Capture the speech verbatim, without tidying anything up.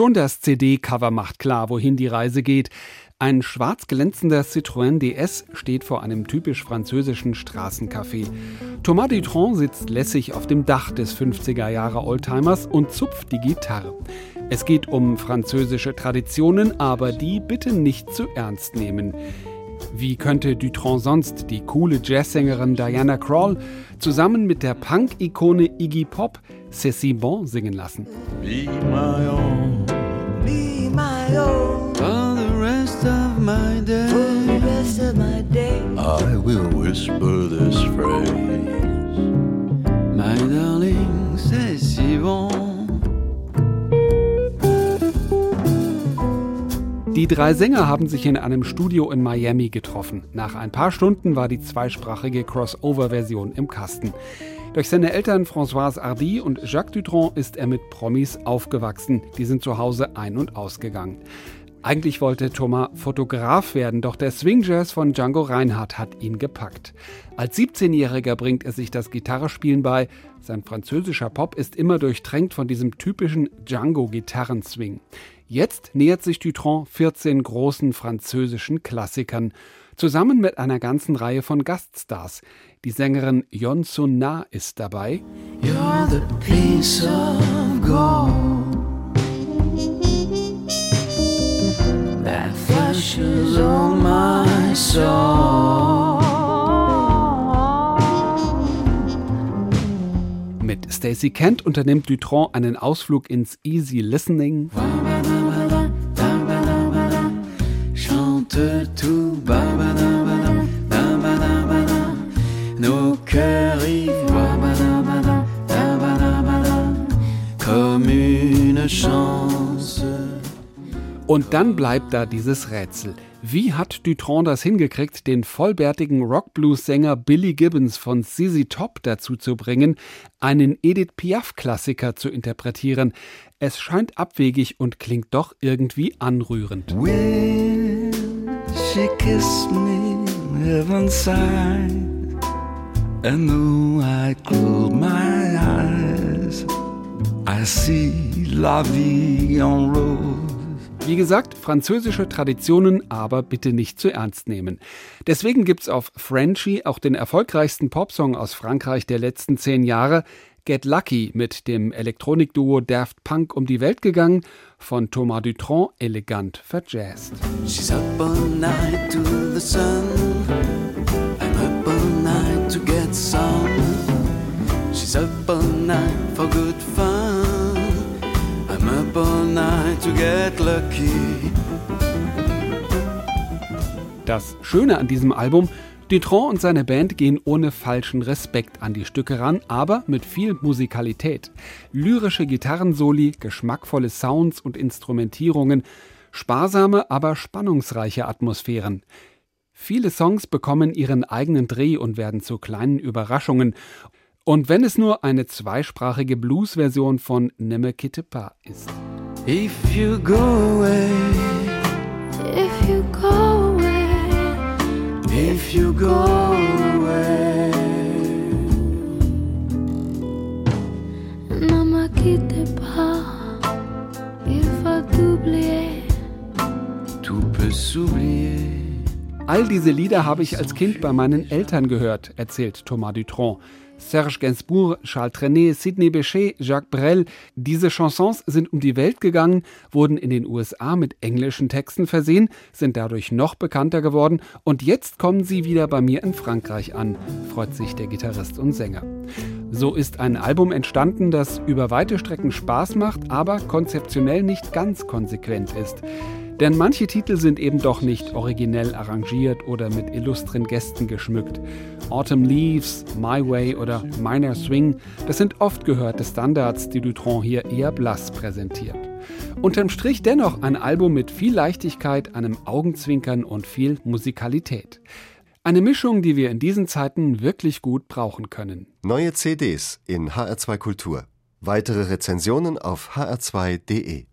Schon das C D-Cover macht klar, wohin die Reise geht. Ein schwarz glänzender Citroën D S steht vor einem typisch französischen Straßencafé. Thomas Dutronc sitzt lässig auf dem Dach des fünfziger-Jahre-Oldtimers und zupft die Gitarre. Es geht um französische Traditionen, aber die bitte nicht zu ernst nehmen. Wie könnte Dutronc sonst die coole Jazzsängerin Diana Krall zusammen mit der Punk-Ikone Iggy Pop C'est si bon singen lassen? Be my own, Be my own for the rest of my day. for the rest of my day. I will whisper this phrase. My darling, c'est si bon. Die drei Sänger haben sich in einem Studio in Miami getroffen. Nach ein paar Stunden war die zweisprachige Crossover-Version im Kasten. Durch seine Eltern Françoise Hardy und Jacques Dutronc ist er mit Promis aufgewachsen. Die sind zu Hause ein- und ausgegangen. Eigentlich wollte Thomas Fotograf werden, doch der Swing-Jazz von Django Reinhardt hat ihn gepackt. Als siebzehnjähriger bringt er sich das Gitarrespielen bei. Sein französischer Pop ist immer durchtränkt von diesem typischen Django-Gitarrenswing. Jetzt nähert sich Dutronc vierzehn großen französischen Klassikern, zusammen mit einer ganzen Reihe von Gaststars. Die Sängerin Yon Sun-na ist dabei. You're the piece of gold that flushes all my soul. Mit Stacey Kent unternimmt Dutronc einen Ausflug ins Easy Listening. Chante tout, ba ba da ba da, da ba da ba da. Nos cœurs vivent, ba ba da ba da, da ba da ba da, comme une chance. Und dann bleibt da dieses Rätsel. Wie hat Dutronc das hingekriegt, den vollbärtigen Rock-Blues-Sänger Billy Gibbons von Z Z Top dazu zu bringen, einen Edith Piaf-Klassiker zu interpretieren? Es scheint abwegig und klingt doch irgendwie anrührend. When she kissed me, heaven sighed, and though I close my eyes, I see la vie en rose. Wie gesagt, französische Traditionen, aber bitte nicht zu ernst nehmen. Deswegen gibt's auf Frenchy auch den erfolgreichsten Popsong aus Frankreich der letzten zehn Jahre, Get Lucky, mit dem Elektronikduo Daft Punk um die Welt gegangen, von Thomas Dutronc elegant verjazzt. She's up all night to the sun. I'm up all night to get some. She's up all night for good fun. I'm up all night to get lucky. Das Schöne an diesem Album: Dutronc und seine Band gehen ohne falschen Respekt an die Stücke ran, aber mit viel Musikalität. Lyrische Gitarrensoli, geschmackvolle Sounds und Instrumentierungen, sparsame, aber spannungsreiche Atmosphären. Viele Songs bekommen ihren eigenen Dreh und werden zu kleinen Überraschungen. Und wenn es nur eine zweisprachige Blues-Version von Ne me quitte pas ist. If you go away, If you go away, if you go away, ne me quitte pas, il faut t'oublier. tout peut s'oublier. All diese Lieder habe ich als Kind bei meinen Eltern gehört, erzählt Thomas Dutronc. Serge Gainsbourg, Charles Trenet, Sidney Bechet, Jacques Brel. Diese Chansons sind um die Welt gegangen, wurden in den U S A mit englischen Texten versehen, sind dadurch noch bekannter geworden und jetzt kommen sie wieder bei mir in Frankreich an, freut sich der Gitarrist und Sänger. So ist ein Album entstanden, das über weite Strecken Spaß macht, aber konzeptionell nicht ganz konsequent ist. Denn manche Titel sind eben doch nicht originell arrangiert oder mit illustren Gästen geschmückt. Autumn Leaves, My Way oder Minor Swing, das sind oft gehörte Standards, die Dutronc hier eher blass präsentiert. Unterm Strich dennoch ein Album mit viel Leichtigkeit, einem Augenzwinkern und viel Musikalität. Eine Mischung, die wir in diesen Zeiten wirklich gut brauchen können. Neue C Ds in H R zwei Kultur. Weitere Rezensionen auf h r zwei punkt d e.